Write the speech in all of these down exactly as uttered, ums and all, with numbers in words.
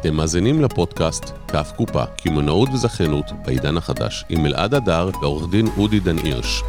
אתם מאזינים לפודקאסט כף קופה, קמעונאות וזכיינות בעידן החדש, עם אלעד הדר ועורך דין אודי דן הירש.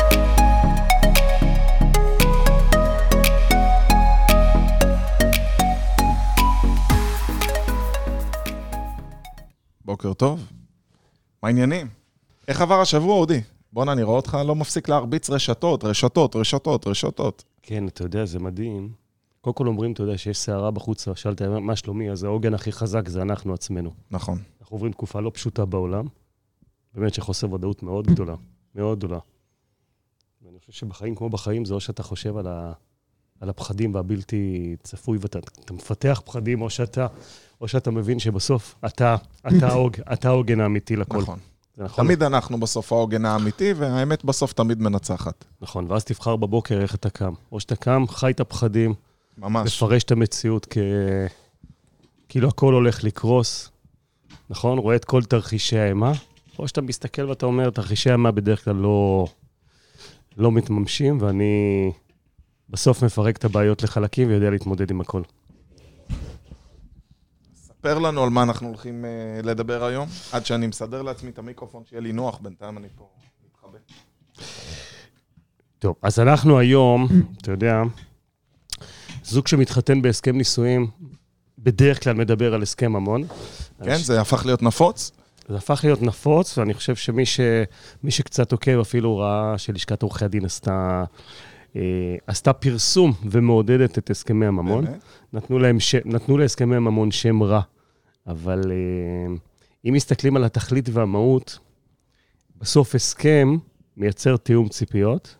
בוקר טוב. מה העניינים? איך עבר השבוע, אודי? בוא נראה אותך, לא מפסיק להרביץ רשתות, רשתות, רשתות, רשתות. כן, אתה יודע, זה מדהים. קודם כל אומרים, אתה יודע, שיש שערה בחוץ, שאלת מה שלומי, אז העוגן הכי חזק זה אנחנו עצמנו. נכון. אנחנו עוברים תקופה לא פשוטה בעולם, באמת שחוסר ודאות מאוד גדולה, מאוד גדולה. ואני חושב שבחיים כמו בחיים, זה או שאתה חושב על, ה... על הפחדים והבלתי צפוי, ואתה אתה מפתח פחדים, או שאתה, או שאתה מבין שבסוף אתה, אתה, העוג, אתה העוגן האמיתי לכל. נכון. נכון. תמיד אנחנו בסוף העוגן האמיתי, והאמת בסוף תמיד מנצחת. נכון, ואז תבחר בבוקר איך אתה קם. או שאתה קם, חי את הפחדים, ממש. לפרש את המציאות כ... כאילו הכל הולך לקרוס, נכון? רואה את כל תרחישי האימה, או שאתה מסתכל ואתה אומר, תרחישי האימה בדרך כלל לא, לא מתממשים, ואני בסוף מפרק את הבעיות לחלקים ויודע להתמודד עם הכל. ספר לנו על מה אנחנו הולכים uh, לדבר היום, עד שאני מסדר לעצמי את המיקרופון, שיהיה לי נוח, בינתיים אני פה מתחבא. טוב, אז אנחנו היום, אתה יודע, זוג שמתחתן בהסכם נישואים, בדרך כלל מדבר על הסכם ממון. כן, זה הפך להיות נפוץ? זה הפך להיות נפוץ, ואני חושב שמי ש... מי שקצת עוקב אפילו ראה שלשכת עורכי הדין עשתה, אה, עשתה פרסום ומעודדת את הסכמי הממון. נתנו להם ש... נתנו להסכמי הממון שם רע, אבל אה, אם מסתכלים על התכלית והמהות, בסוף הסכם מייצר תיאום ציפיות,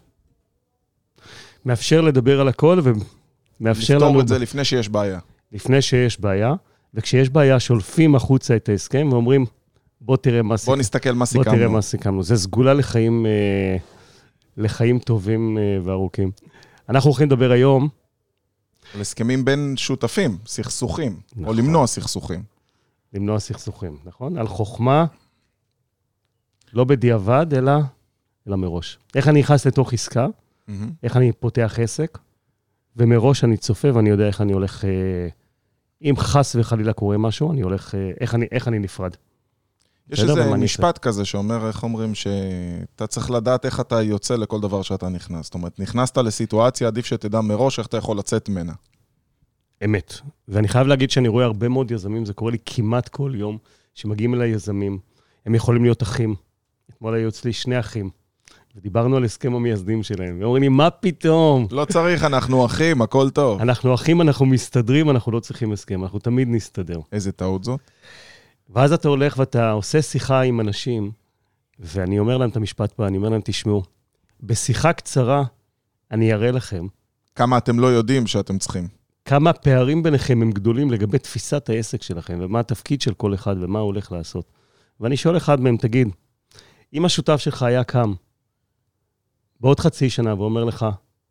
מאפשר לדבר על הכל ו... מאפשר לנו... לפתור את זה לפני שיש בעיה. לפני שיש בעיה, וכשיש בעיה שולפים החוצה את ההסכם ואומרים, בוא תראה מה סיכמנו. בוא נסתכל מה סיכמנו. בוא תראה מה סיכמנו. זה סגולה לחיים, אה, לחיים טובים אה, וארוכים. אנחנו הולכים לדבר היום. על הסכמים בין שותפים, סכסוכים, נכון. או למנוע סכסוכים. למנוע סכסוכים, נכון? על חוכמה, לא בדיעבד, אלא, אלא מראש. איך אני נכנס לתוך עסקה? Mm-hmm. איך אני פותח עסק? ומראש אני צופה ואני יודע איך אני הולך, אם חס וחלילה קורה משהו, אני הולך, איך אני, איך אני נפרד. יש איזה משפט כזה שאומר, איך אומרים, שאתה צריך לדעת איך אתה יוצא לכל דבר שאתה נכנס. זאת אומרת, נכנסת לסיטואציה, עדיף שתדע מראש איך אתה יכול לצאת ממנה. אמת. ואני חייב להגיד שאני רואה הרבה מאוד יזמים, זה קורה לי כמעט כל יום, שמגיעים אליי יזמים, הם יכולים להיות אחים. אתמול היו אצלי שני אחים. ודיברנו על הסכם המייסדים שלהם, ואומרים לי, מה פתאום? לא צריך, אנחנו אחים, הכל טוב. אנחנו אחים, אנחנו מסתדרים, אנחנו לא צריכים הסכם, אנחנו תמיד נסתדר. איזה טעות זאת? ואז אתה הולך ואתה עושה שיחה עם אנשים, ואני אומר להם את המשפט פה, אני אומר להם, תשמעו, בשיחה קצרה, אני אראה לכם. כמה אתם לא יודעים שאתם צריכים. כמה הפערים ביניכם הם גדולים לגבי תפיסת העסק שלכם, ומה התפקיד של כל אחד, ומה הוא הולך לעשות. ואני שואל אחד מהם, תגיד, אם השותף שלך היה קם, בעוד חצי שנה, ואומר לך,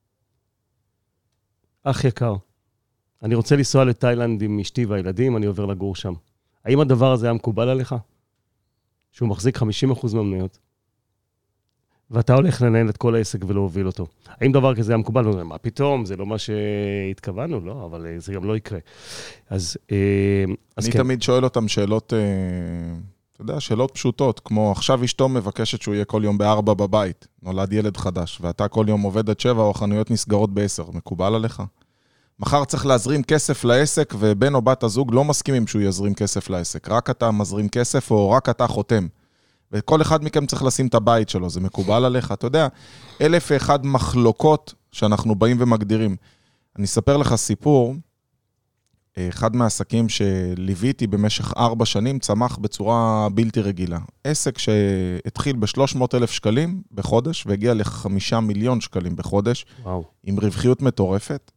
אח יקר, אני רוצה לנסוע לתאילנד עם אשתי והילדים, אני עובר לגור שם. האם הדבר הזה היה מקובל עליך? שהוא מחזיק חמישים אחוז מהמניות, ואתה הולך לנהל את כל העסק ולהוביל אותו. האם דבר כזה היה מקובל? מה פתאום? זה לא מה שהתכוונו, לא, אבל זה גם לא יקרה. אז, אז אני כן. תמיד שואל אותם שאלות... אתה יודע, שאלות פשוטות, כמו עכשיו אשתו מבקשת שהוא יהיה כל יום בארבע בבית, נולד ילד חדש, ואתה כל יום עובד עד שבע, או החנויות נסגרות בעשר, מקובל עליך? מחר צריך להזרים כסף לעסק, ובן או בת הזוג לא מסכימים שהוא יזרים כסף לעסק, רק אתה מזרים כסף, או רק אתה חותם. וכל אחד מכם צריך לשים את הבית שלו, זה מקובל עליך? אתה יודע, אלף ואחד מחלוקות שאנחנו באים ומגדירים. אני אספר לך סיפור, אחד מהעסקים שליוויתי במשך ארבע שנים צמח בצורה בלתי רגילה. עסק שהתחיל ב-שלוש מאות אלף שקלים בחודש, והגיע ל-חמישה מיליון שקלים בחודש, וואו. עם רווחיות מטורפת.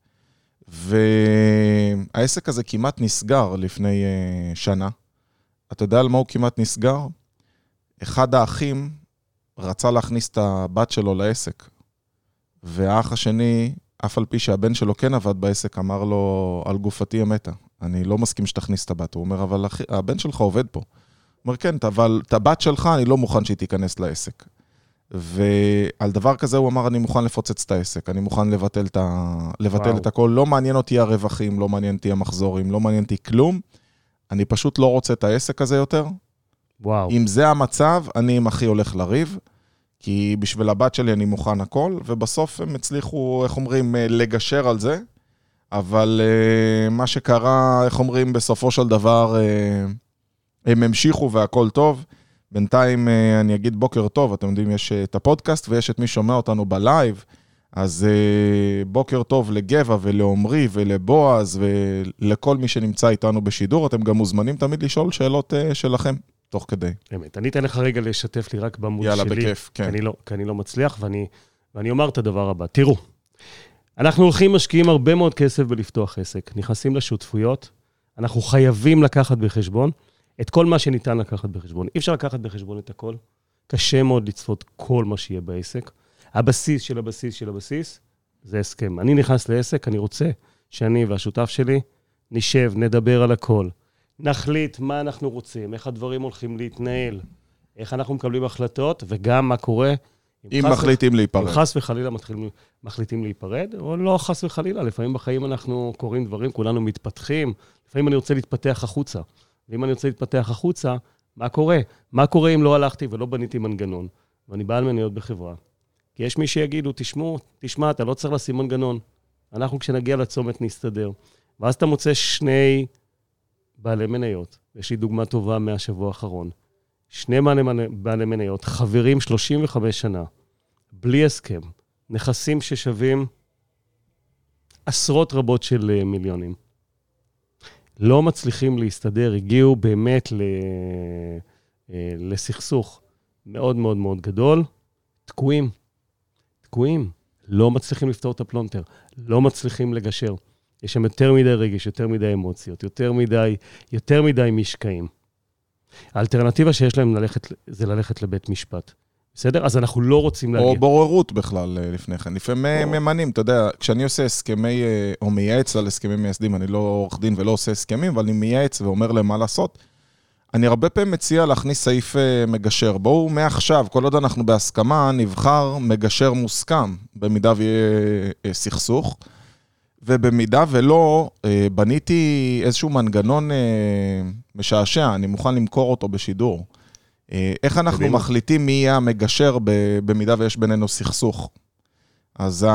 והעסק הזה כמעט נסגר לפני שנה. אתה יודע על מה הוא כמעט נסגר? אחד האחים רצה להכניס את הבת שלו לעסק, והאח השני... אף על פי שהבן שלו כן עבד בעסק, אמר לו, על גופתי המתה. אני לא מסכים שתכניס את הבת. הוא אומר, אבל הבן שלך עובד פה. הוא אומר, כן, אבל את הבת שלך אני לא מוכן שהיא תיכנס לעסק. ועל דבר כזה הוא אמר, אני מוכן לפוצץ את העסק, אני מוכן לבטל את, ה... לבטל את הכל. לא מעניין אותי הרווחים, לא מעניין אותי המחזורים, לא מעניין אותי כלום. אני פשוט לא רוצה את העסק הזה יותר. וואו. אם זה המצב, אני עם אחי הולך לריב, כי בשביל הבת שלי אני מוכן הכל, ובסוף הם הצליחו, איך אומרים, לגשר על זה, אבל uh, מה שקרה, איך אומרים, בסופו של דבר, uh, הם המשיכו והכל טוב. בינתיים uh, אני אגיד בוקר טוב, אתם יודעים, יש את הפודקאסט ויש את מי שומע אותנו בלייב, אז uh, בוקר טוב לגבע ולעומרי ולבועז ולכל מי שנמצא איתנו בשידור, אתם גם מוזמנים תמיד לשאול שאלות uh, שלכם. תוך כדי. באמת, אני אתן לך רגע לשתף לי רק בעמוד שלי. יאללה, בכיף, כן. כי אני לא, כי אני לא מצליח, ואני, ואני אומר את הדבר הבא. תראו, אנחנו הולכים משקיעים הרבה מאוד כסף בלפתוח עסק, נכנסים לשותפויות, אנחנו חייבים לקחת בחשבון את כל מה שניתן לקחת בחשבון. אי אפשר לקחת בחשבון את הכל, קשה מאוד לצפות כל מה שיהיה בעסק. הבסיס של הבסיס של הבסיס, זה הסכם. אני נכנס לעסק, אני רוצה שאני והשותף שלי נשב, נדבר על הכל. נחליט מה אנחנו רוצים, איך הדברים הולכים להתנהל, איך אנחנו מקבלים החלטות, וגם מה קורה. אם מחליטים להיפרד. אם חס וחלילה מחליטים להיפרד, או לא חס וחלילה, לפעמים בחיים אנחנו קוראים דברים, כולנו מתפתחים, לפעמים אני רוצה להתפתח החוצה, ואם אני רוצה להתפתח החוצה, מה קורה? מה קורה אם לא הלכתי ולא בניתי מנגנון, ואני בעל מניות בחברה? כי יש מי שיגידו, תשמעו, תשמע, אתה לא צריך לשים מנגנון, אנחנו כשנגיע לצומת נסתדר, ואז אתה מוצא שני בעלי מניות, יש לי דוגמה טובה מהשבוע האחרון, שני בעלי מניות, חברים שלושים וחמש שנה, בלי הסכם, נכסים ששווים עשרות רבות של מיליונים. לא מצליחים להסתדר, הגיעו באמת לסכסוך מאוד מאוד מאוד גדול, תקועים, תקועים, לא מצליחים לפתור את הפלונטר, לא מצליחים לגשר. יש שם יותר מדי רגש, יותר מדי אמוציות, יותר מדי, יותר מדי משקעים. האלטרנטיבה שיש להם ללכת, זה ללכת לבית משפט. בסדר? אז אנחנו לא רוצים להגיע. או בוררות בכלל לפני כן. לפעמים ממנים, אתה יודע, כשאני עושה הסכמי, או מייעץ על הסכמים מייסדים, אני לא עורך דין ולא עושה הסכמים, אבל אני מייעץ ואומר להם מה לעשות. אני הרבה פעמים מציע להכניס סעיף מגשר. בואו מעכשיו, כל עוד אנחנו בהסכמה, נבחר מגשר מוסכם, במידה ויהיה סכסוך. ובמידה ולא, בניתי איזשהו מנגנון משעשע, אני מוכן למכור אותו בשידור. איך אנחנו מחליטים מי יהיה המגשר במידה ויש בינינו סכסוך? אז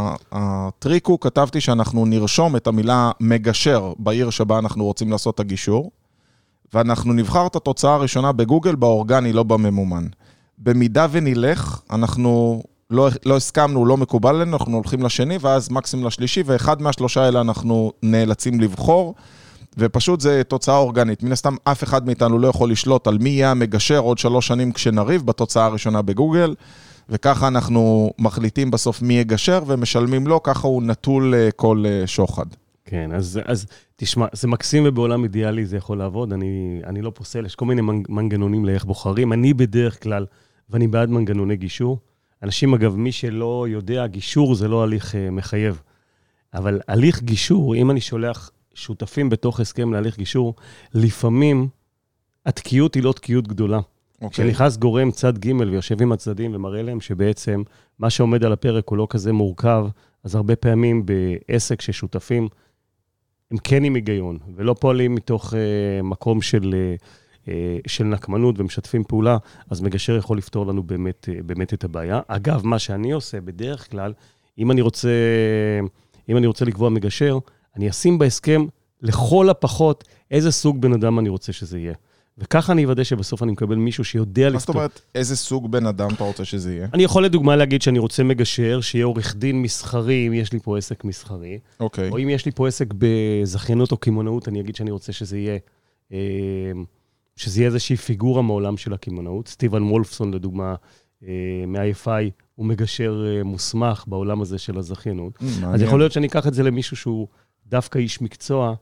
הטריק הוא, כתבתי שאנחנו נרשום את המילה מגשר בעיר שבה אנחנו רוצים לעשות את הגישור, ואנחנו נבחר את התוצאה הראשונה בגוגל, באורגני, לא בממומן. במידה ונלך, אנחנו לא, לא הסכמנו, לא מקובל לנו, אנחנו הולכים לשני, ואז מקסימום לשלישי, ואחד מהשלושה האלה אנחנו נאלצים לבחור, ופשוט זה תוצאה אורגנית. מן הסתם, אף אחד מאיתנו לא יכול לשלוט על מי יהיה המגשר עוד שלוש שנים כשנריב בתוצאה הראשונה בגוגל, וככה אנחנו מחליטים בסוף מי יגשר, ומשלמים לו, ככה הוא נטול כל שוחד. כן, אז, אז תשמע, זה מקסים ובעולם אידיאלי זה יכול לעבוד, אני, אני לא פוסל, יש כל מיני מנגנונים לאיך בוחרים, אני בדרך כלל, ואני בעד מנגנוני גישור, אנשים אגב, מי שלא יודע, גישור זה לא הליך uh, מחייב, אבל הליך גישור, אם אני שולח שותפים בתוך הסכם להליך גישור, לפעמים התקיעות היא לא תקיעות גדולה. Okay. כשנכנס גורם צד ג' ויושב עם הצדדים ומראה להם שבעצם מה שעומד על הפרק הוא לא כזה מורכב, אז הרבה פעמים בעסק ששותפים, הם כן עם היגיון, ולא פועלים מתוך uh, מקום של, uh, של נקמנות ומשתפים פעולה, אז מגשר יכול לפתור לנו באמת, uh, באמת את הבעיה. אגב, מה שאני עושה בדרך כלל, אם אני רוצה, אם אני רוצה לקבוע מגשר, אני אשים בהסכם לכל הפחות איזה סוג בן אדם אני רוצה שזה יהיה. וככה אני אוודא שבסוף אני מקבל מישהו שיודע לפתור. מה זאת אומרת, איזה סוג בן אדם אתה רוצה שזה יהיה? אני יכול לדוגמה להגיד שאני רוצה מגשר, שיהיה עורך דין מסחרי, אם יש לי פה עסק מסחרי. אוקיי. או אם יש לי פה עסק בזכיינות או קימונאות, אני אגיד שאני רוצה שזה יהיה, שזה יהיה איזושהי פיגורה מעולם של הקימונאות. סטיבן וולפסון, לדוגמה, מ-איי אף איי, הוא מגשר מוסמך בעולם הזה של הזכיינות. אז יכול להיות שאני אקח את זה למישהו שהוא דווקא איש מקצוע,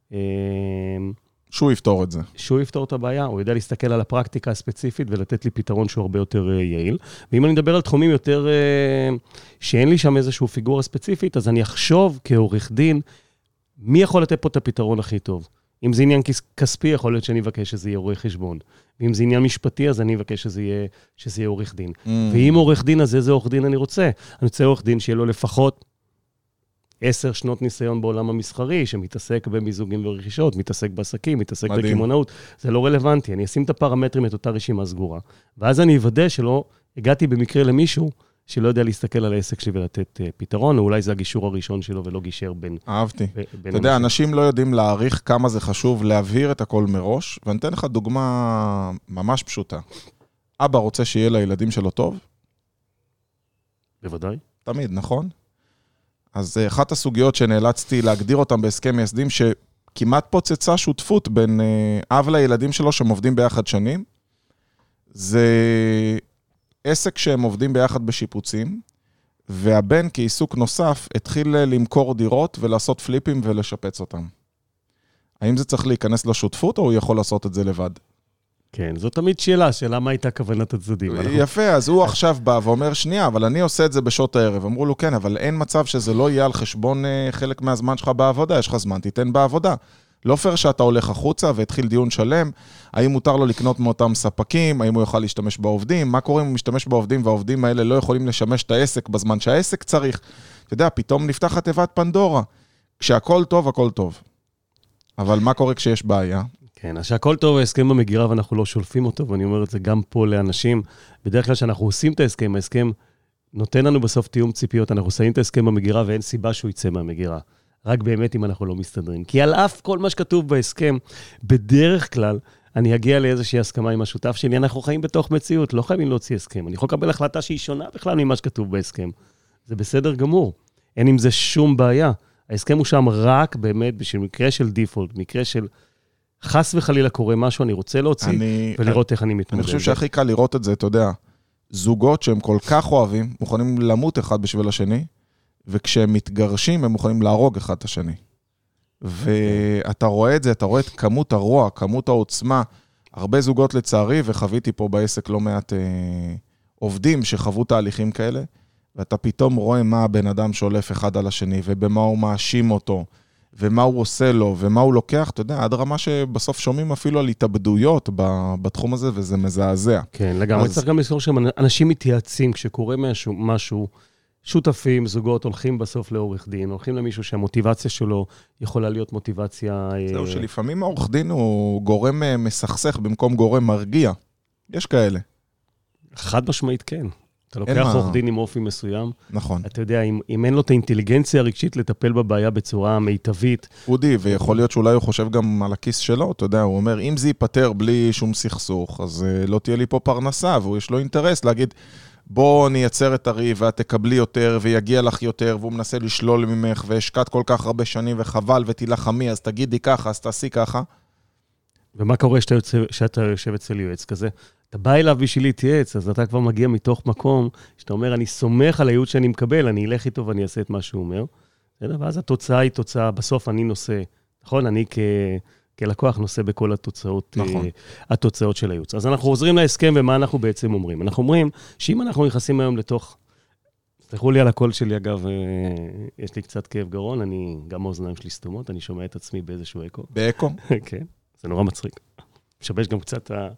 שהוא יפתור את זה. שהוא יפתור את הבעיה, הוא יודע להסתכל על הפרקטיקה הספציפית ולתת לי פתרון שהוא הרבה יותר יעיל. ואם אני מדבר על תחומים יותר, שאין לי שם איזשהו פיגורה ספציפית, אז אני אחשוב כעורך דין, מי יכול לתת פה את הפתרון הכי טוב? אם זה עניין כספי, יכול להיות שאני אבקש שזה יהיה עורך חשבון. ואם זה עניין משפטי, אז אני אבקש שזה יהיה, שזה יהיה עורך דין. Mm. ואם עורך דין, אז איזה עורך דין אני רוצה? אני רוצה עורך דין שיהיה לו לפחות עשר שנות ניסיון בעולם המסחרי, שמתעסק במיזוגים ורכישות, מתעסק בעסקים, מתעסק מדהים. בקימונאות. זה לא רלוונטי, אני אשים את הפרמטרים, את אותה רשימה סגורה. ואז אני אוודא שלא הגעתי במקרה למישהו, שלא יודע להסתכל על העסק שלי ולתת uh, פתרון, או אולי זה הגישור הראשון שלו ולא גישר בין... אהבתי. אתה יודע, אנשים לא יודעים להעריך כמה זה חשוב להבהיר את הכל מראש, ואני אתן לך דוגמה ממש פשוטה. אבא רוצה שיהיה לילדים שלו טוב? בוודאי. תמיד, נכון? אז אחת הסוגיות שנאלצתי להגדיר אותם בהסכם מייסדים, שכמעט פוצצה שותפות בין אב לילדים שלו שהם עובדים ביחד שנים, זה עסק שהם עובדים ביחד בשיפוצים, והבן כעיסוק נוסף התחיל למכור דירות ולעשות פליפים ולשפץ אותם. האם זה צריך להיכנס לשותפות או הוא יכול לעשות את זה לבד? כן, זו תמיד שאלה, שאלה מה הייתה כוונת הצדדים. יפה, אז הוא עכשיו בא ואומר, שנייה, אבל אני עושה את זה בשעות הערב. אמרו לו, כן, אבל אין מצב שזה לא יהיה על חשבון חלק מהזמן שלך בעבודה, יש לך זמן, תיתן בעבודה. לא פייר שאתה הולך החוצה והתחיל דיון שלם, האם מותר לו לקנות מאותם ספקים, האם הוא יוכל להשתמש בעובדים, מה קורה אם הוא משתמש בעובדים והעובדים האלה לא יכולים לשמש את העסק בזמן שהעסק צריך. אתה יודע, פתאום נפתחת תיבת פנדורה. כשהכל טוב, הכל טוב. אבל מה קורה כשיש בעיה? כן, אז שהכל טוב, ההסכם במגירה ואנחנו לא שולפים אותו, ואני אומר את זה גם פה לאנשים. בדרך כלל שאנחנו עושים את ההסכם, ההסכם נותן לנו בסוף תיאום ציפיות, אנחנו עושים את ההסכם במגירה ואין סיבה שהוא יצא מהמגירה. רק באמת אם אנחנו לא מסתדרים. כי על אף כל מה שכתוב בהסכם, בדרך כלל אני אגיע לאיזושהי הסכמה עם השותף שלי, אנחנו חיים בתוך מציאות, לא חייבים להוציא הסכם. אני יכול לקבל החלטה שהיא שונה בכלל ממה שכתוב בהסכם. זה בסדר גמור. אין עם זה שום בעיה. ההסכם הוא שם רק באמת בשביל מקרה של דיפולט, מקרה של חס וחלילה קורה משהו, אני רוצה להוציא, אני, ולראות איך אני מתמודד. אני חושב שהכי קל לראות את זה, אתה יודע, זוגות שהם כל כך אוהבים, מוכנים למות אחד בשביל השני, וכשהם מתגרשים, הם מוכנים להרוג אחד את השני. ואתה רואה את זה, אתה רואה את כמות הרוע, כמות העוצמה, הרבה זוגות לצערי, וחוויתי פה בעסק לא מעט אה, עובדים שחוו תהליכים כאלה, ואתה פתאום רואה מה הבן אדם שולף אחד על השני, ובמה הוא מאשים אותו, ומה הוא עושה לו, ומה הוא לוקח, אתה יודע, עד רמה שבסוף שומעים אפילו על התאבדויות בתחום הזה, וזה מזעזע. כן, לגמרי. אז... צריך גם לזכור שאנשים מתייעצים, כשקורה משהו, משהו, שותפים, זוגות, הולכים בסוף לעורך דין, הולכים למישהו שהמוטיבציה שלו יכולה להיות מוטיבציה... זהו, שלפעמים העורך דין הוא גורם מסכסך במקום גורם מרגיע. יש כאלה. חד משמעית כן. אתה לוקח עורך דין עם אופי מסוים. נכון. אתה יודע, אם, אם אין לו את האינטליגנציה הרגשית לטפל בבעיה בצורה מיטבית. אודי, ויכול להיות שאולי הוא חושב גם על הכיס שלו, אתה יודע, הוא אומר, אם זה ייפטר בלי שום סכסוך, אז לא תהיה לי פה פרנסה, והוא יש לו אינטרס להגיד, בוא נייצר את הריב, ואת תקבלי יותר, ויגיע לך יותר, והוא מנסה לשלול ממך, והשקעת כל כך הרבה שנים, וחבל, ותילחמי, אז תגידי ככה, אז תעשי ככה. ומה קורה שאתה, יוצא, שאתה יושב אצל יועץ כזה? אתה בא אליו בשביל להתייעץ, אז אתה כבר מגיע מתוך מקום, שאתה אומר, אני סומך על הייעוץ שאני מקבל, אני אלך איתו ואני אעשה את מה שהוא אומר. ואז התוצאה היא תוצאה, בסוף אני נושא, נכון? אני כ... כלקוח נושא בכל התוצאות, נכון. התוצאות של הייעוץ. אז אנחנו חוזרים להסכם, ומה אנחנו בעצם אומרים? אנחנו אומרים שאם אנחנו נכנסים היום לתוך, סליחו לי על הקול שלי, אגב, יש לי קצת כאב גרון, אני, גם האוזניים שלי סתומות, אני שומע את עצמי באיזשהו אקו. באקו? כן, זה נורא מצחיק. משבש גם קצת ה...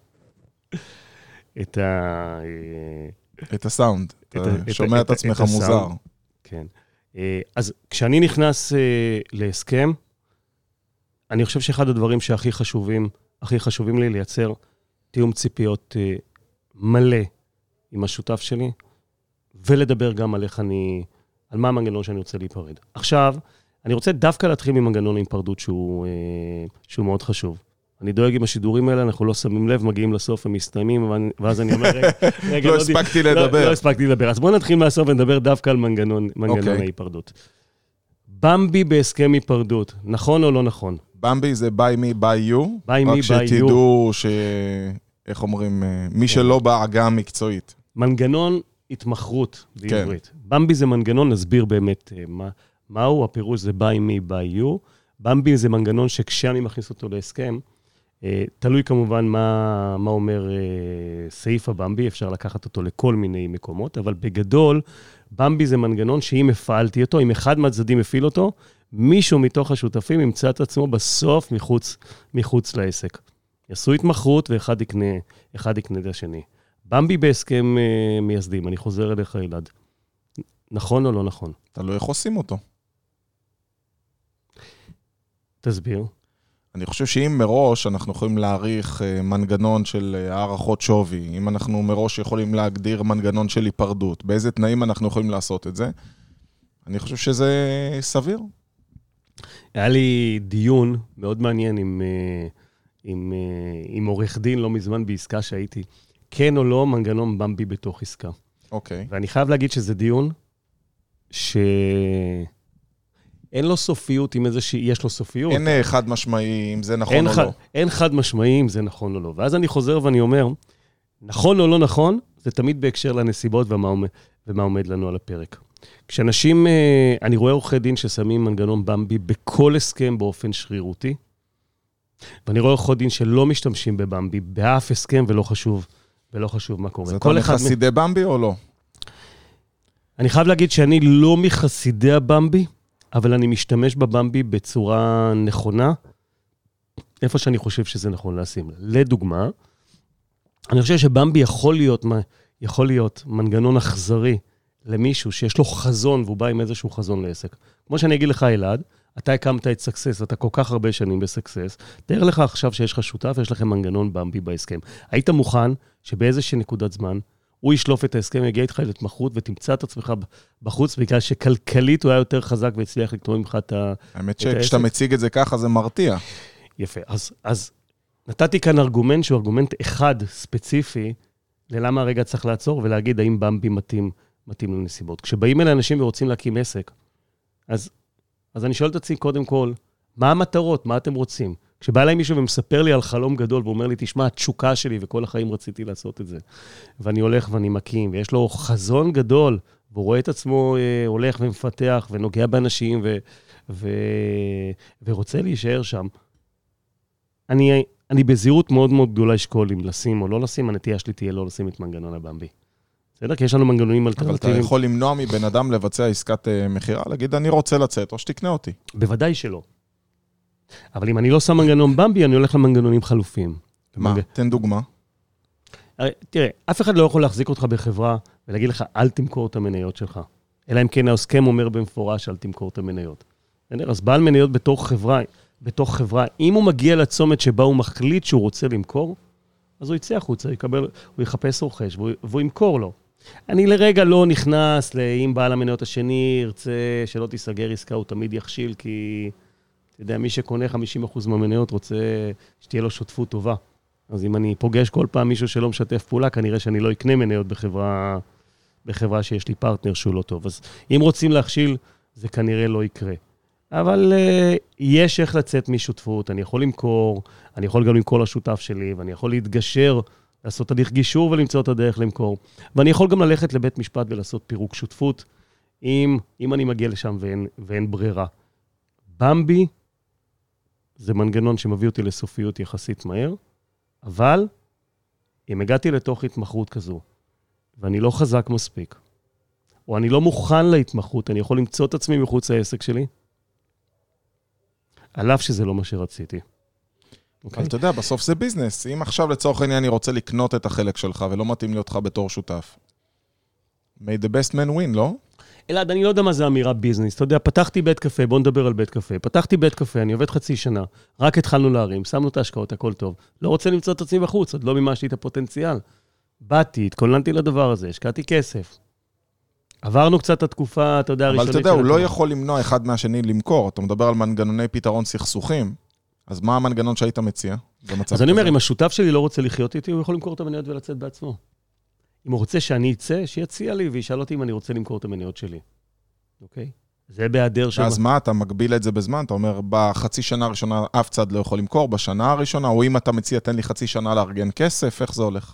את ה... את הסאונד. אתה שומע את עצמך מוזר. כן. אז כשאני נכנס להסכם, אני חושב שאחד הדברים שהכי חשובים, הכי חשובים לי לייצר תיאום ציפיות מלא עם השותף שלי, ולדבר גם על איך אני, על מה המנגנון שאני רוצה להיפרד. עכשיו, אני רוצה דווקא להתחיל ממנגנון ההיפרדות שהוא, שהוא מאוד חשוב. אני דואג עם השידורים האלה, אנחנו לא שמים לב, מגיעים לסוף, הם מסתיימים, ואז אני אומר, רגע, לא הספקתי לדבר. לא הספקתי לדבר. אז בואו נתחיל מהסוף ונדבר דווקא על מנגנון ההיפרדות. במבי בהסכם היפרדות, נכון או לא נכון? במבי זה by me, by you. by me, by you. רק שתדעו ש... איך אומרים, מי שלא בעגה המקצועית. מנגנון התמחרות בעברית. במבי זה מנגנון, נסביר באמת מהו, הפירוש זה by me, by you. במבי זה מנגנון שכשאני מכניס אותו להסכם, תלוי כמובן מה, מה אומר סעיף הבמבי, אפשר לקחת אותו לכל מיני מקומות, אבל בגדול, במבי זה מנגנון שאם הפעלתי אותו, אם אחד מהצדדים הפעיל אותו, מישהו מתוך השותפים ימצא את עצמו בסוף מחוץ, מחוץ לעסק. יעשו התמחרות ואחד יקנה, אחד יקנה את השני. במבי בהסכם מייסדים, אני חוזר אליך אלעד. נכון או לא נכון? אתה לא איך עושים אותו. תסביר. אני חושב שאם מראש אנחנו יכולים להעריך מנגנון של הערכות שווי, אם אנחנו מראש יכולים להגדיר מנגנון של היפרדות, באיזה תנאים אנחנו יכולים לעשות את זה, אני חושב שזה סביר. היה לי דיון מאוד מעניין עם, עם, עם עורך דין לא מזמן בעסקה שהייתי. כן או לא מנגנון במבי בתוך עסקה. אוקיי. ואני חייב להגיד שזה דיון שאין לו סופיות עם איזה שיש לו סופיות. אין חד משמעי אם זה נכון אין או חד, לא. אין חד משמעי אם זה נכון או לא. ואז אני חוזר ואני אומר, נכון או לא נכון, זה תמיד בהקשר לנסיבות ומה עומד, ומה עומד לנו על הפרק. כשאנשים, אני רואה עורכי דין ששמים מנגנון במבי בכל הסכם באופן שרירותי, ואני רואה עורכי דין שלא משתמשים בבמבי, באף הסכם ולא חשוב, ולא חשוב מה קורה. זה אתה מחסידי מ... במבי או לא? אני חייב להגיד שאני לא מחסידי הבמבי, אבל אני משתמש בבמבי בצורה נכונה, איפה שאני חושב שזה נכון לשים. לדוגמה, אני חושב שבמבי יכול להיות, יכול להיות מנגנון אכזרי למישהו שיש לו חזון, והוא בא עם איזשהו חזון לעסק. כמו שאני אגיד לך, אלעד, אתה הקמת את סקסס, אתה כל כך הרבה שנים בסקסס, תאר לך עכשיו שיש לך שותף, יש לכם מנגנון במבי בהסכם. היית מוכן שבאיזושהי נקודת זמן, הוא ישלוף את ההסכם, יגיע איתך להתמחות, ותמצא את עצמך בחוץ, בגלל שכלכלית הוא היה יותר חזק, והצליח לקטום ממך את העסק. האמת שכשאתה מציג את זה ככה, זה מרתיע. יפה, אז, אז נתתי כאן ארגומנט, שהוא ארגומנט אחד ספציפי, ללמה הרגע צריך לעצור, ולהגיד האם במבי מתאים, מתאים לנסיבות. כשבאים אלה אנשים ורוצים להקים עסק, אז אז אני שואל את עצמי קודם כל, מה המטרות? מה אתם רוצים? כשבא אליי מישהו ומספר לי על חלום גדול, ואומר לי, תשמע, התשוקה שלי, וכל החיים רציתי לעשות את זה. ואני הולך ואני מקים, ויש לו חזון גדול, והוא רואה את עצמו אה, הולך ומפתח, ונוגע באנשים, ו, ו, ורוצה להישאר שם. אני, אני בזהירות מאוד מאוד גדולה אשכול אם לשים או לא לשים, הנטייה שלי תהיה לא לשים את מנגנון הבמבי. בסדר? כי יש לנו מנגנונים אלטרנטיביים. אבל אתה יכול למנוע מבן אדם לבצע עסקת מחירה, להגיד, אני רוצה לצאת, או שתקנה אותי. בוודאי שלא. אבל אם אני לא שם מנגנון במבי, אני הולך למנגנונים חלופיים. מה? תן דוגמה. תראה, אף אחד לא יכול להחזיק אותך בחברה, ולהגיד לך, אל תמכור את המניות שלך. אלא אם כן ההסכם אומר במפורש, אל תמכור את המניות. אז בעל מניות בתוך חברה, בתוך חברה, אם הוא מגיע לצומת שבה הוא מחליט שהוא רוצה למכור, אז הוא יצא החוצה, יקבל, הוא יחפש רוכש, והוא, והוא ימכור לו. אני לרגע לא נכנס לאם בעל המניות השני ירצה שלא תיסגר עסקה, הוא תמיד יכשיל, כי אתה יודע, מי שקונה חמישים אחוז מהמניות רוצה שתהיה לו שותפות טובה. אז אם אני פוגש כל פעם מישהו שלא משתף פעולה, כנראה שאני לא אקנה מניות בחברה, בחברה שיש לי פרטנר שהוא לא טוב. אז אם רוצים להכשיל, זה כנראה לא יקרה. אבל uh, יש איך לצאת משותפות, אני יכול למכור, אני יכול גם למכור לשותף שלי, ואני יכול להתגשר, לעשות הליך גישור ולמצוא את הדרך למכור. ואני יכול גם ללכת לבית משפט ולעשות פירוק שותפות, אם, אם אני מגיע לשם ואין, ואין ברירה. במבי זה מנגנון שמביא אותי לסופיות יחסית מהר, אבל אם הגעתי לתוך התמחרות כזו, ואני לא חזק מספיק, או אני לא מוכן להתמחרות, אני יכול למצוא את עצמי מחוץ לעסק שלי, על אף שזה לא מה שרציתי. אבל אתה יודע, בסוף זה ביזנס. אם עכשיו לצורך העניין אני רוצה לקנות את החלק שלך, ולא מתאים לי אותך בתור שותף. May the best man win, לא? אלעד, אני לא יודע מה זה אמירה ביזנס. אתה יודע, פתחתי בית קפה, בוא נדבר על בית קפה. פתחתי בית קפה, אני עובד חצי שנה, רק התחלנו להרים, שמנו את ההשקעות, הכל טוב. לא רוצה למצוא את עצמי בחוץ, עוד לא מימשתי את הפוטנציאל. באתי, התכוננתי לדבר הזה, השקעתי כסף. עברנו קצת את התקופה, אתה יודע, הראשונית. אבל אתה יודע, הוא לא יכול למנוע אחד מהשני למכור. אתה מדבר על מנגנוני פתרון סכסוכים. אז מה המנגנון שהיית מציע? אז אני אומר, אם השותף שלי לא רוצה לחיות איתי, הוא יכול למכור את המניות ולצאת בעצמו. אם הוא רוצה שאני אצא, שיציע לי וישאל אותי אם אני רוצה למכור את המניות שלי. אוקיי? זה בהיעדר שם. אז מה, אתה מגביל את זה בזמן? אתה אומר, בחצי שנה הראשונה אף צד לא יכול למכור, בשנה הראשונה, או אם אתה מציע, תן לי חצי שנה לארגן כסף, איך זה הולך?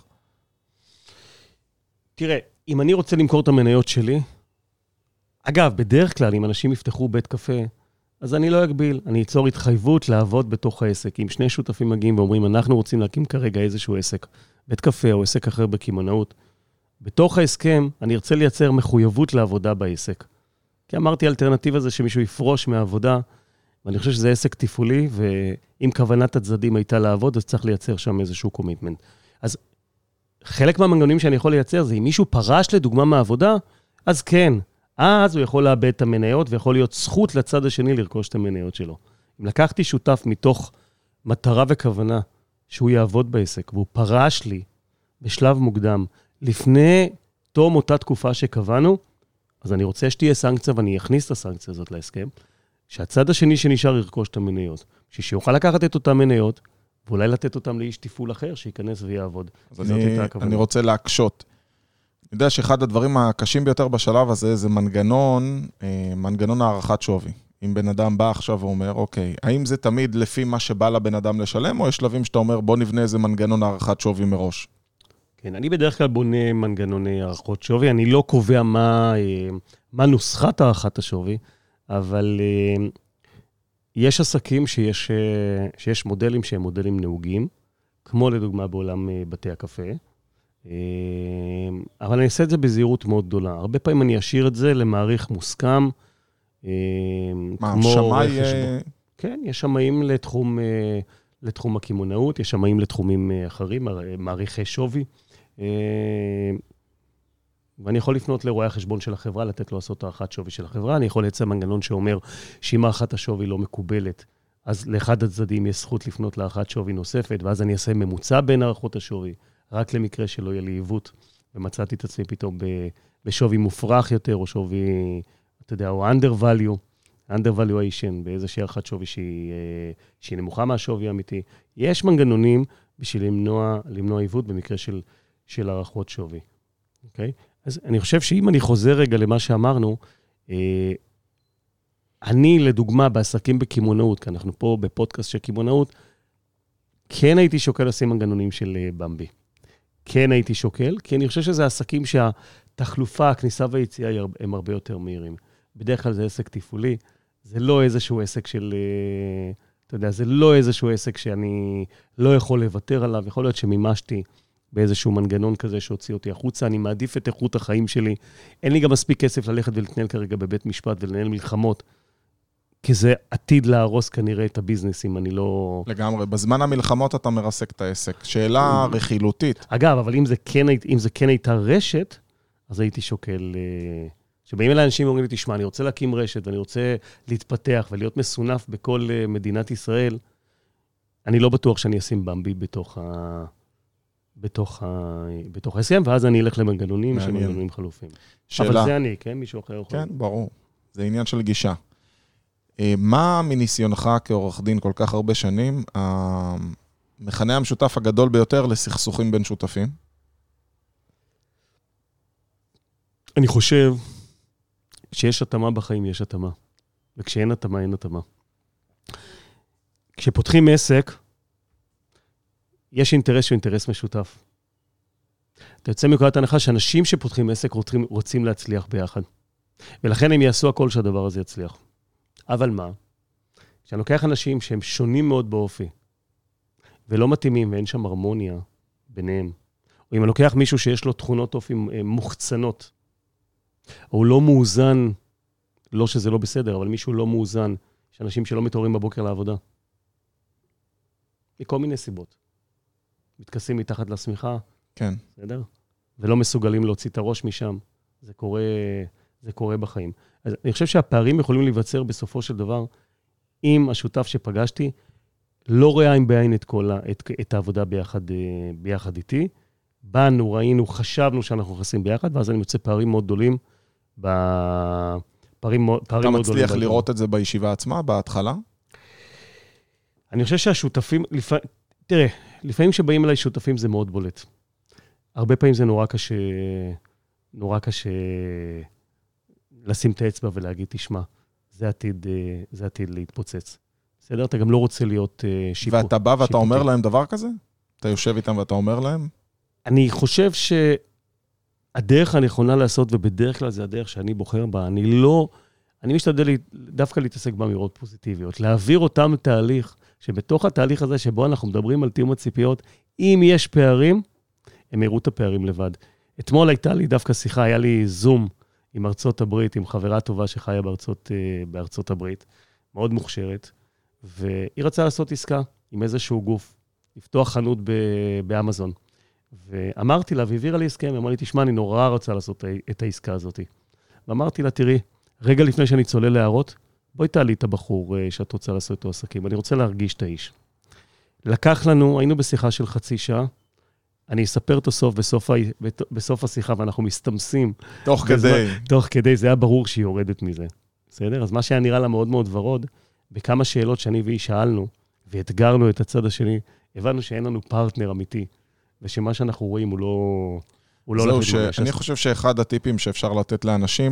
תראה, אם אני רוצה למכור את המניות שלי, אגב, בדרך כלל, אם אנשים יפתחו בית קפה, אז אני לא אגביל, אני אצור התחייבות לעבוד בתוך העסק. אם שני שותפים מגיעים ואומרים, אנחנו רוצים להקים כרגע איזשהו עסק, בית קפה או עסק אחר בקימונאות, בתוך ההסכם אני ארצה לייצר מחויבות לעבודה בעסק. כי אמרתי, האלטרנטיבה זה שמישהו יפרוש מהעבודה, ואני חושב שזה עסק טיפולי, ואם כוונת הצדדים הייתה לעבוד, אז צריך לייצר שם איזשהו קומיטמנט. אז חלק מהמנגנונים שאני יכול לייצר זה, אם מישהו פרש לדוגמה מהעבודה, אז כן, אז הוא יכול לאבד את המניות, ויכול להיות זכות לצד השני לרכוש את המניות שלו. אם לקחתי שותף מתוך מטרה וכוונה שהוא יעבוד בעסק, והוא פרש לי בשלב מוקדם, לפני תום אותה תקופה שקבענו, אז אני רוצה שתהיה סנקציה, ואני אכניס את הסנקציה הזאת להסכם, שהצד השני שנשאר ירכוש את המניות, שיוכל לקחת את אותן מניות, ואולי לתת אותם לאיש תפעול אחר, שייכנס ויעבוד. אז אני, אני רוצה להקשות. אני יודע שאחד הדברים הקשים ביותר בשלב הזה, זה מנגנון, מנגנון הערכת שווי. אם בן אדם בא עכשיו ואומר, אוקיי, האם זה תמיד לפי מה שבא לבן אדם לשלם, או יש שלבים שאתה אומר, בוא נבנה איזה מנגנון הערכת שווי מראש? כן, אני בדרך כלל בונה מנגנוני הערכות שווי, אני לא קובע מה, מה נוסחת הערכת השווי, אבל יש עסקים שיש, שיש מודלים שהם מודלים נהוגים, כמו לדוגמה בעולם בתי הקפה, אבל אני אעשה את זה בזהירות מאוד גדולה. הרבה פעמים אני אשאיר את זה למעריך מוסכם, מה, שמאי? כן, יש שמאים לתחום, לתחום הכימונאות, יש שמאים לתחומים אחרים, מעריכי שווי, ואני יכול לפנות לרואי החשבון של החברה, לתת לו לעשות הערכת שווי של החברה, אני יכול לייצר מנגנון שאומר שאם הערכת השווי לא מקובלת, אז לאחד הצדדים יש זכות לפנות להערכת שווי נוספת, ואז אני אעשה ממוצע בין הערכות השווי, רק למקרה שלא יהיה לי עיוות, ומצאתי את עצמי פתאום בשווי מופרך יותר, או שווי, אתה יודע, או under value, under valuation, באיזושהי הערכת שווי שהיא, שהיא נמוכה מהשווי האמיתי. יש מנגנונים בשביל למנוע, למנוע עיוות במקרה של, של הערכות שווי. אוקיי? אז אני חושב שאם אני חוזר רגע למה שאמרנו, אני לדוגמה בעסקים בכימונאות, כי אנחנו פה בפודקאסט של כימונאות, כן הייתי שוקל לשים מנגנונים של במבי. כן הייתי שוקל, כי אני חושב שזה עסקים שהתחלופה, הכניסה והיציאה הם הרבה יותר מהירים. בדרך כלל זה עסק תפעולי, זה לא איזשהו עסק של, אתה יודע, זה לא איזשהו עסק שאני לא יכול לוותר עליו, יכול להיות שמימשתי באיזשהו מנגנון כזה שהוציא אותי החוצה, אני מעדיף את איכות החיים שלי, אין לי גם מספיק כסף ללכת ולהתנהל כרגע בבית משפט ולנהל מלחמות, כי זה עתיד להרוס כנראה את הביזנס, אם אני לא... לגמרי, בזמן המלחמות אתה מרסק את העסק. שאלה רכילותית. אגב, אבל אם זה כן, אם זה כן הייתה רשת, אז הייתי שוקל... שבאים אליי אנשים ואומרים לי, תשמע, אני רוצה להקים רשת, ואני רוצה להתפתח ולהיות מסונף בכל מדינת ישראל, אני לא בטוח שאני אשים במבי בתוך ה... בתוך ה... בתוך ה-אס אם, ואז אני אלך למנגנונים שמנגנונים חלופים. שאלה. אבל זה אני, כן? מישהו אחר יכול... כן, ברור. זה עניין של גישה. מה מניסיונך כעורך דין כל כך הרבה שנים, המכנה המשותף הגדול ביותר לסכסוכים בין שותפים? אני חושב שיש התאמה בחיים, יש התאמה. וכשאין התאמה, אין התאמה. כשפותחים עסק, יש אינטרס שהוא אינטרס משותף. אתה יוצא מנקודת הנחה שאנשים שפותחים עסק רוצים, רוצים להצליח ביחד. ולכן הם יעשו הכל שהדבר הזה יצליח. אבל מה? כשאני לוקח אנשים שהם שונים מאוד באופי, ולא מתאימים, ואין שם הרמוניה ביניהם, או אם אני לוקח מישהו שיש לו תכונות אופי מוחצנות, או לא מאוזן, לא שזה לא בסדר, אבל מישהו לא מאוזן, יש אנשים שלא מתעוררים בבוקר לעבודה. מכל מיני סיבות. מתכסים מתחת לשמיכה, כן. בסדר? ולא מסוגלים להוציא את הראש משם. זה קורה, זה קורה בחיים. אז אני חושב שהפערים יכולים להיווצר בסופו של דבר, אם השותף שפגשתי לא ראה עם בעין את, כל, את, את העבודה ביחד, ביחד איתי, באנו, ראינו, חשבנו שאנחנו נכנסים ביחד, ואז אני מוצא פערים מאוד גדולים, בפערים, פערים מאוד גדולים. אתה מצליח לראות את זה בישיבה עצמה, בהתחלה? אני חושב שהשותפים, לפ... תראה, לפעמים שבאים אליי שותפים זה מאוד בולט. הרבה פעמים זה נורא קשה, נורא קשה לשים את האצבע ולהגיד, תשמע, זה עתיד, זה עתיד להתפוצץ. בסדר? אתה גם לא רוצה להיות שיפוט. ואתה בא ואתה אומר להם דבר כזה? אתה יושב איתם ואתה אומר להם? אני חושב שהדרך הנכונה לעשות, ובדרך כלל זה הדרך שאני בוחר בה, אני לא, אני משתדל דווקא להתעסק באמירות פוזיטיביות, להעביר אותם תהליך, שבתוך התהליך הזה שבו אנחנו מדברים על תיאום הציפיות, אם יש פערים, הם יראו את הפערים לבד. אתמול הייתה לי דווקא שיחה, היה לי זום עם ארצות הברית, עם חברה טובה שחיה בארצות, בארצות הברית, מאוד מוכשרת, והיא רצה לעשות עסקה עם איזשהו גוף, לפתוח חנות באמזון. ואמרתי לה, והעבירה לי הסכם, אמרה לי, תשמע, אני נורא רוצה לעשות את העסקה הזאת. ואמרתי לה, תראי, רגע לפני שאני צולל להערות, בואי תעלי את הבחור שאת רוצה לעשות איתו עסקים, אני רוצה להרגיש את האיש. לקח לנו, היינו בשיחה של חצי שעה, אני אספר את הסוף בסוף, בסוף השיחה, ואנחנו מסתמסים. תוך בזמן, כדי. תוך כדי, זה היה ברור שהיא יורדת מזה. בסדר? אז מה שהיה נראה לה מאוד מאוד ורוד, בכמה שאלות שאני והיא שאלנו, ואתגרנו את הצד השני, הבנו שאין לנו פרטנר אמיתי, ושמה שאנחנו רואים הוא לא... הוא לא זהו, שאני חושב שאחד הטיפים שאפשר לתת לאנשים,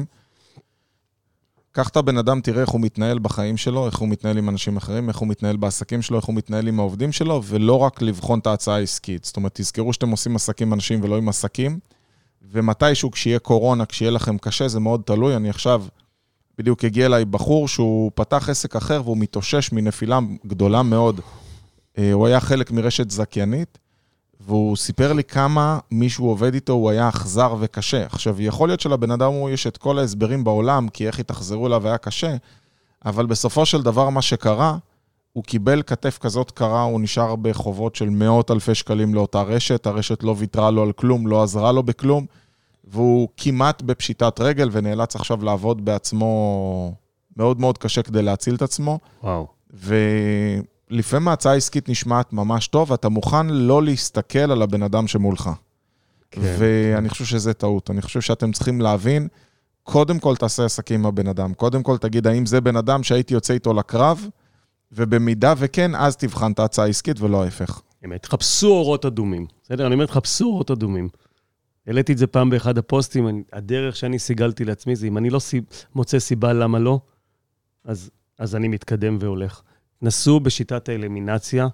קח את הבן אדם, תראה איך הוא מתנהל בחיים שלו, איך הוא מתנהל עם אנשים אחרים, איך הוא מתנהל בעסקים שלו, איך הוא מתנהל עם העובדים שלו, ולא רק לבחון את ההצעה העסקית. זאת אומרת, תזכרו שאתם עושים עסקים עם אנשים ולא עם עסקים, ומתישהו כשיהיה קורונה, כשיהיה לכם קשה, זה מאוד תלוי. אני עכשיו בדיוק הגיע אליי בחור שהוא פתח עסק אחר, והוא מתאושש מנפילה גדולה מאוד. הוא היה חלק מרשת זכיינית, והוא סיפר לי כמה מישהו עובד איתו, הוא היה אכזר וקשה. עכשיו, יכול להיות שלבן אדם הוא יש את כל ההסברים בעולם, כי איך התאכזרו אליו היה קשה, אבל בסופו של דבר מה שקרה, הוא קיבל כתף כזאת קרה, הוא נשאר בחובות של מאות אלפי שקלים לאותה רשת, הרשת לא ויתרה לו על כלום, לא עזרה לו בכלום, והוא כמעט בפשיטת רגל, ונאלץ עכשיו לעבוד בעצמו מאוד מאוד קשה כדי להציל את עצמו. וואו. ו... לפעמים ההצעה העסקית נשמעת ממש טוב, אתה מוכן לא להסתכל על הבן אדם שמולך. כן, ואני כן. חושב שזה טעות. אני חושב שאתם צריכים להבין, קודם כל תעשה עסקים עם הבן אדם. קודם כל תגיד, האם זה בן אדם שהייתי יוצא איתו לקרב, ובמידה וכן, אז תבחן את ההצעה העסקית ולא ההפך. אמת, חפשו אורות אדומים. בסדר? אני אומר, חפשו אורות אדומים. העליתי את זה פעם באחד הפוסטים, אני, הדרך שאני סיגלתי לעצמי זה, אם אני לא סיב, מוצא סיבה למה לא, אז, אז אני מתקדם והולך. נסו בשיטת האלמינציה,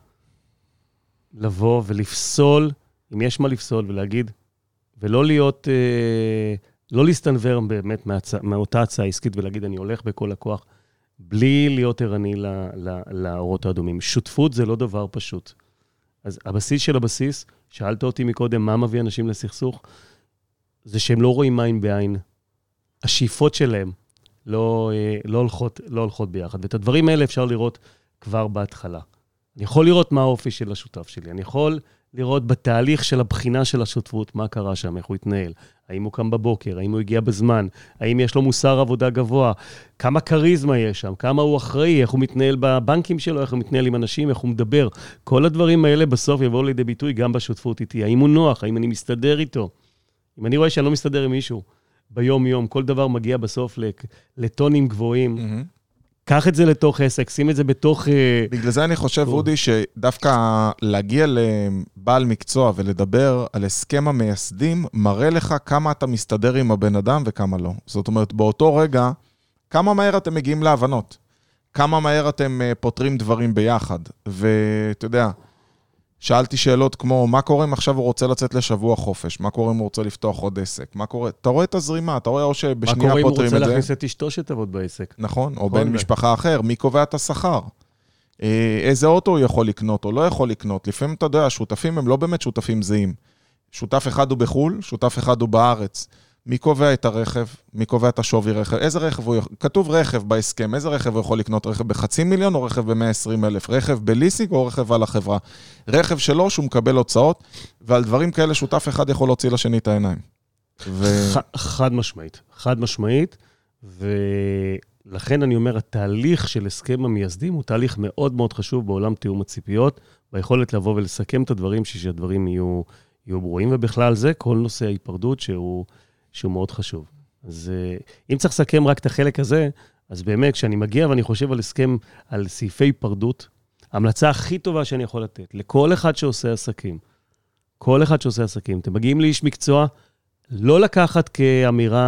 לבוא ולפסול, אם יש מה לפסול ולהגיד, ולא להיות, אה, לא להסתנבר באמת מהצע, מאותה הצעה עסקית ולהגיד, אני הולך בכל הכוח, בלי להיות ערני ל, ל, לאורות האדומים. שותפות זה לא דבר פשוט. אז הבסיס של הבסיס, שאלת אותי מקודם, מה מביא אנשים לסכסוך? זה שהם לא רואים עין בעין. השאיפות שלהם לא, לא, הולכות, לא הולכות ביחד. ואת הדברים האלה אפשר לראות כבר בהתחלה. אני יכול לראות מה האופי של השותף שלי. אני יכול לראות בתהליך של הבחינה של השותפות, מה קרה שם, איך הוא התנהל. האם הוא קם בבוקר, האם הוא הגיע בזמן, האם יש לו מוסר עבודה גבוה, כמה קריזמה יש שם, כמה הוא אחראי, איך הוא מתנהל בבנקים שלו, איך הוא מתנהל עם אנשים, איך הוא מדבר. כל הדברים האלה בסוף יבואו לידי ביטוי גם בשותפות איתי. האם הוא נוח, האם אני מסתדר איתו. אם אני רואה שאני לא מסתדר עם מישהו ביום יום, כל דבר מגיע בסוף לטונים גבוהים. Mm-hmm. קח את זה לתוך עסק, שים את זה בתוך... בגלל זה אני חושב, אודי, שדווקא להגיע לבעל מקצוע ולדבר על הסכם המייסדים, מראה לך כמה אתה מסתדר עם הבן אדם וכמה לא. זאת אומרת, באותו רגע, כמה מהר אתם מגיעים להבנות, כמה מהר אתם פותרים דברים ביחד. ואתה יודע, שאלתי שאלות כמו, מה קורה אם עכשיו הוא רוצה לצאת לשבוע חופש? מה קורה אם הוא רוצה לפתוח עוד עסק? מה קורה? אתה רואה את הזרימה, אתה רואה או שבשנייה פותרים את זה. מה קורה אם הוא רוצה להכניס את אשתו שתעבוד בעסק? נכון, או בן משפחה אחר, מי קובע את השכר? איזה אוטו הוא יכול לקנות או לא יכול לקנות? לפעמים אתה יודע, השותפים הם לא באמת שותפים זהים. שותף אחד הוא בחול, שותף אחד הוא בארץ. מי קובע את הרכב? מי קובע את השווי רכב? איזה רכב הוא... כתוב רכב בהסכם, איזה רכב הוא יכול לקנות? רכב בחצי מיליון או רכב ב-מאה ועשרים אלף? רכב בליסינג או רכב על החברה? רכב שלו שהוא מקבל הוצאות, ועל דברים כאלה שותף אחד יכול להוציא לשני את העיניים. ו... חד משמעית, חד משמעית, ולכן אני אומר, התהליך של הסכם המייסדים הוא תהליך מאוד מאוד חשוב בעולם תיאום הציפיות, ביכולת לבוא ולסכם את הדברים, שהדברים יהיו, יהיו ברורים, ובכלל זה כל נושא ההיפרדות שהוא... שהוא מאוד חשוב. אז אם צריך לסכם רק את החלק הזה, אז באמת, כשאני מגיע ואני חושב על הסכם, על סעיפי פרדות, ההמלצה הכי טובה שאני יכול לתת, לכל אחד שעושה עסקים, כל אחד שעושה עסקים, אתם מגיעים לאיש מקצוע, לא לקחת כאמירה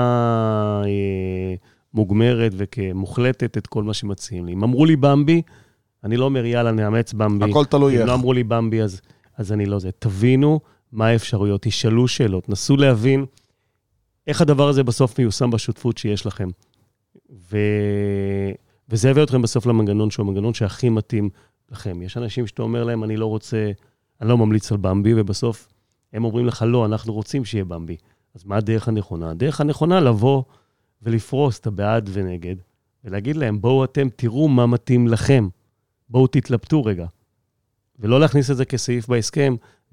אה, מוגמרת וכמוחלטת את כל מה שמציעים לי. אם אמרו לי במבי, אני לא אומר, יאללה, נאמץ במבי. הכל תלוי איך. אם לא אמרו לי במבי, אז, אז אני לא זה. תבינו מה האפשרויות, תשאלו שאלות, נסו להבין, איך הדבר הזה בסוף מיושם בשותפות שיש לכם. ו... וזה הביא אתכם בסוף למנגנון שהוא המנגנון שהכי מתאים לכם. יש אנשים שאתה אומר להם, אני לא רוצה, אני לא ממליץ על במבי, ובסוף הם אומרים לך, לא, אנחנו רוצים שיהיה במבי. אז מה הדרך הנכונה? הדרך הנכונה לבוא ולפרוס את הבעד ונגד, ולהגיד להם, בואו אתם תראו מה מתאים לכם. בואו תתלבטו רגע. ולא להכניס את זה כסעיף בהסכם,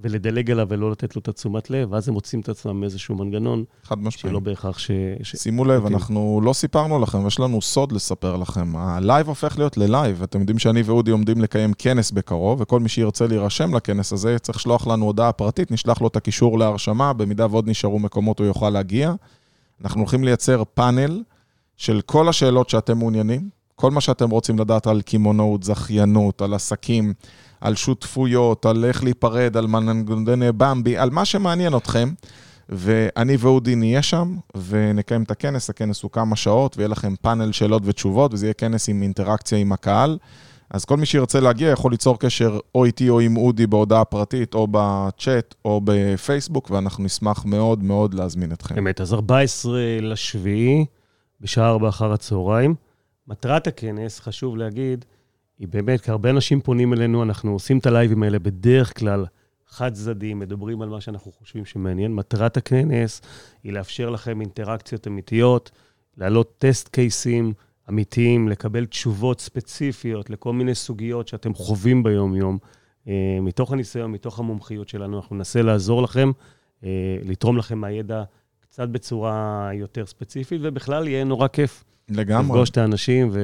ולדלג עליו ולא לתת לו את התשומת לב, ואז הם מוצאים את עצמם מאיזשהו מנגנון, חד משמעית. שלא בהכרח ש... שימו לב, אנחנו לא סיפרנו לכם, יש לנו סוד לספר לכם. הלייב הופך להיות ללייב. אתם יודעים שאני ואודי עומדים לקיים כנס בקרוב, וכל מי שירצה להירשם לכנס הזה, צריך לשלוח לנו הודעה פרטית, נשלח לו את הקישור להרשמה, במידה ועוד נשארו מקומות הוא יוכל להגיע. אנחנו הולכים לייצר פאנל של כל השאלות שאתם מעוניינים, כל מה שאתם רוצים לדעת על קימונאות, זכיינות, על עסקים, על שותפויות, על איך להיפרד, על מנגנוני במבי, על מה שמעניין אתכם, ואני ואודי נהיה שם, ונקיים את הכנס, הכנס הוא כמה שעות, ויהיה לכם פאנל שאלות ותשובות, וזה יהיה כנס עם אינטראקציה עם הקהל, אז כל מי שירצה להגיע יכול ליצור קשר או איתי או עם אודי בהודעה פרטית, או בצ'אט, או בפייסבוק, ואנחנו נשמח מאוד מאוד להזמין אתכם. באמת, אז ארבעה עשר לשביעי, בשעה ארבע אחר הצהריים, מטרת הכנס, חשוב להגיד, היא באמת, כי הרבה אנשים פונים אלינו, אנחנו עושים את הלייבים האלה בדרך כלל חד צדדים, מדברים על מה שאנחנו חושבים שמעניין. מטרת הכנס היא לאפשר לכם אינטראקציות אמיתיות, להעלות טסט קייסים אמיתיים, לקבל תשובות ספציפיות לכל מיני סוגיות שאתם חווים ביום-יום. מתוך הניסיון, מתוך המומחיות שלנו, אנחנו ננסה לעזור לכם, לתרום לכם מהידע קצת בצורה יותר ספציפית, ובכלל יהיה נורא כיף. לגמרי. לפגוש את האנשים ו...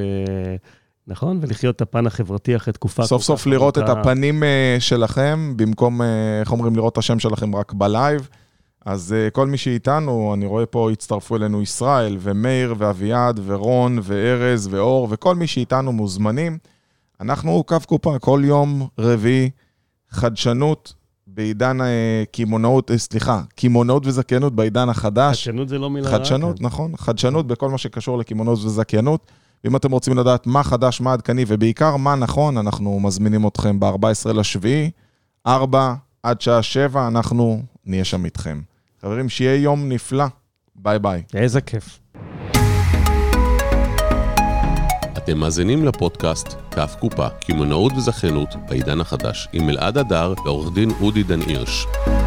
נכון? ולחיות את הפן החברתי אחרי תקופה. סוף סוף לראות את הפנים שלכם, במקום, איך אומרים, לראות את השם שלכם רק בלייב. אז כל מי שאיתנו, אני רואה פה, הצטרפו אלינו ישראל, ומאיר, ואביעד, ורון, וארז, ואור, וכל מי שאיתנו מוזמנים. אנחנו קו קופה, כל יום רביעי, חדשנות בעידן קימונאות, סליחה, קימונאות וזכיינות בעידן החדש. חדשנות זה לא מילה רעה. חדשנות, נכון. חדשנות בכל מה שקשור לקימונאות וזכיינות. ואם אתם רוצים לדעת מה חדש, מה עדכני, ובעיקר מה נכון, אנחנו מזמינים אתכם ב-ארבעה עשר לשביעי, ארבע עד שעה שבע, אנחנו נהיה שם איתכם. חברים, שיהיה יום נפלא. ביי ביי. איזה כיף. אתם מאזינים לפודקאסט כף קופה, קימונאות וזכיינות בעידן החדש, עם אלעד הדר ועורך דין אודי דן הירש.